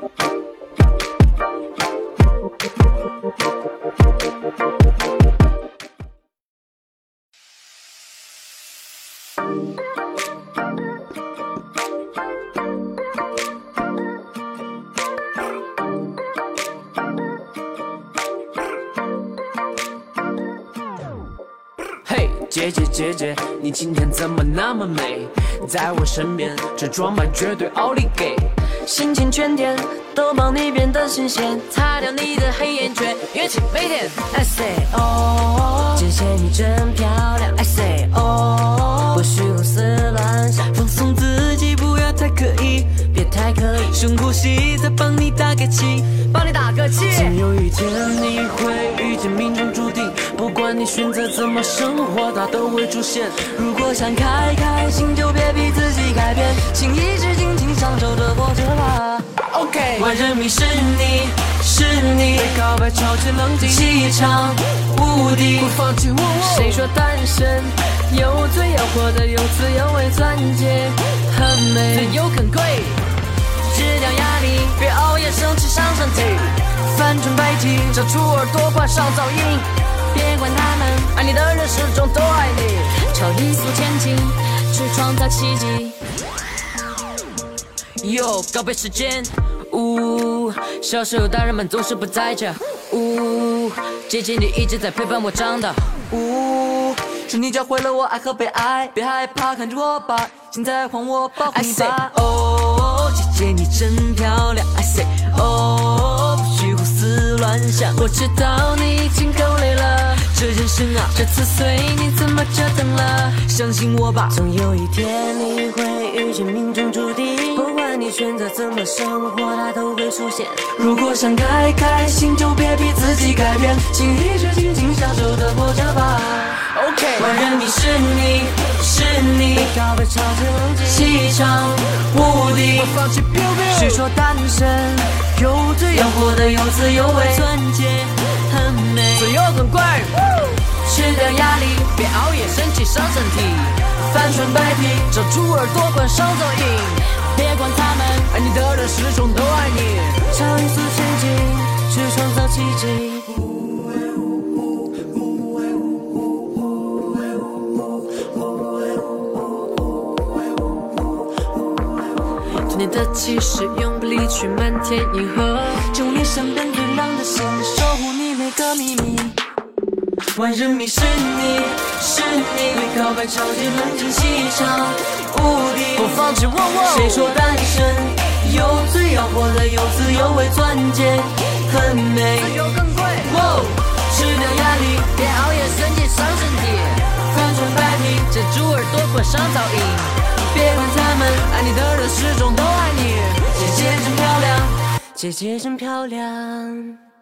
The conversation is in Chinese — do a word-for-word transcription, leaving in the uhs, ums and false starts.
嘿，姐姐姐姐，你今天怎么那么美？在我身边，这装扮绝对奥利给。心情全天都帮你变得新鲜，擦掉你的黑眼圈，元气每天。I say oh， 姐姐你真漂亮。I say oh， 不许胡思乱想，放松自己，不要太刻意，别太刻意，深呼吸，再帮你打个气，帮你打个气。总有一天你会遇见命中注定，不管你选择怎么生活，它都会出现。如果想开开心，就别逼自己改变，请一直尽情享受着活着吧。OK， 万人迷是你，是你，被告白超级冷静，气场无敌，不放弃。谁说单身有罪？要活得有滋有味，钻戒很美，自由很贵。戒掉压力，别熬夜生气伤身体，翻转白体，遮住耳朵关上噪音。别管他们，爱你的人始终都爱你。超音速前进，去创造奇迹。哟，告别时间，呜，小时候大人们总是不在这，呜，姐姐你一直在陪伴我长大，呜，是你教会了我爱和被爱，别害怕，看着我吧，现在换我保护你吧。哦，姐姐你真漂亮 ，I say， 哦，不许胡思乱想，我知道你已经够累了，这人生啊，这次随你怎么折腾了，相信我吧，总有一天你会遇见命中注定，不管你选择怎么生活，它都会出现。如果想开开心，就别逼自己改变，请一直尽情享受的活着吧。OK， 万人迷是你，是你，被告白超级冷静，气场无敌，不放弃 biu biu。谁说单身有罪？要活得有滋有味，钻戒很美，自由很贵。吃掉压力，别熬夜生气伤身体，翻转白皮，遮住耳朵关上噪音。别管他们，爱你的人始终都爱你。超音速前进，去创造奇迹。童年的气势永不离去，漫天银河，就连身边最亮的星，守护你每个秘密。万人迷是你，是你，被告白超级冷静，气场无敌，不放弃。谁说单身有罪？要活得有滋有味，钻戒很美，自由更贵。吃掉压力，别熬夜生气伤身体，翻转白皮，遮住耳朵关上噪音。别管他们，爱你的人始终都爱你。姐姐真漂亮，姐姐真漂亮。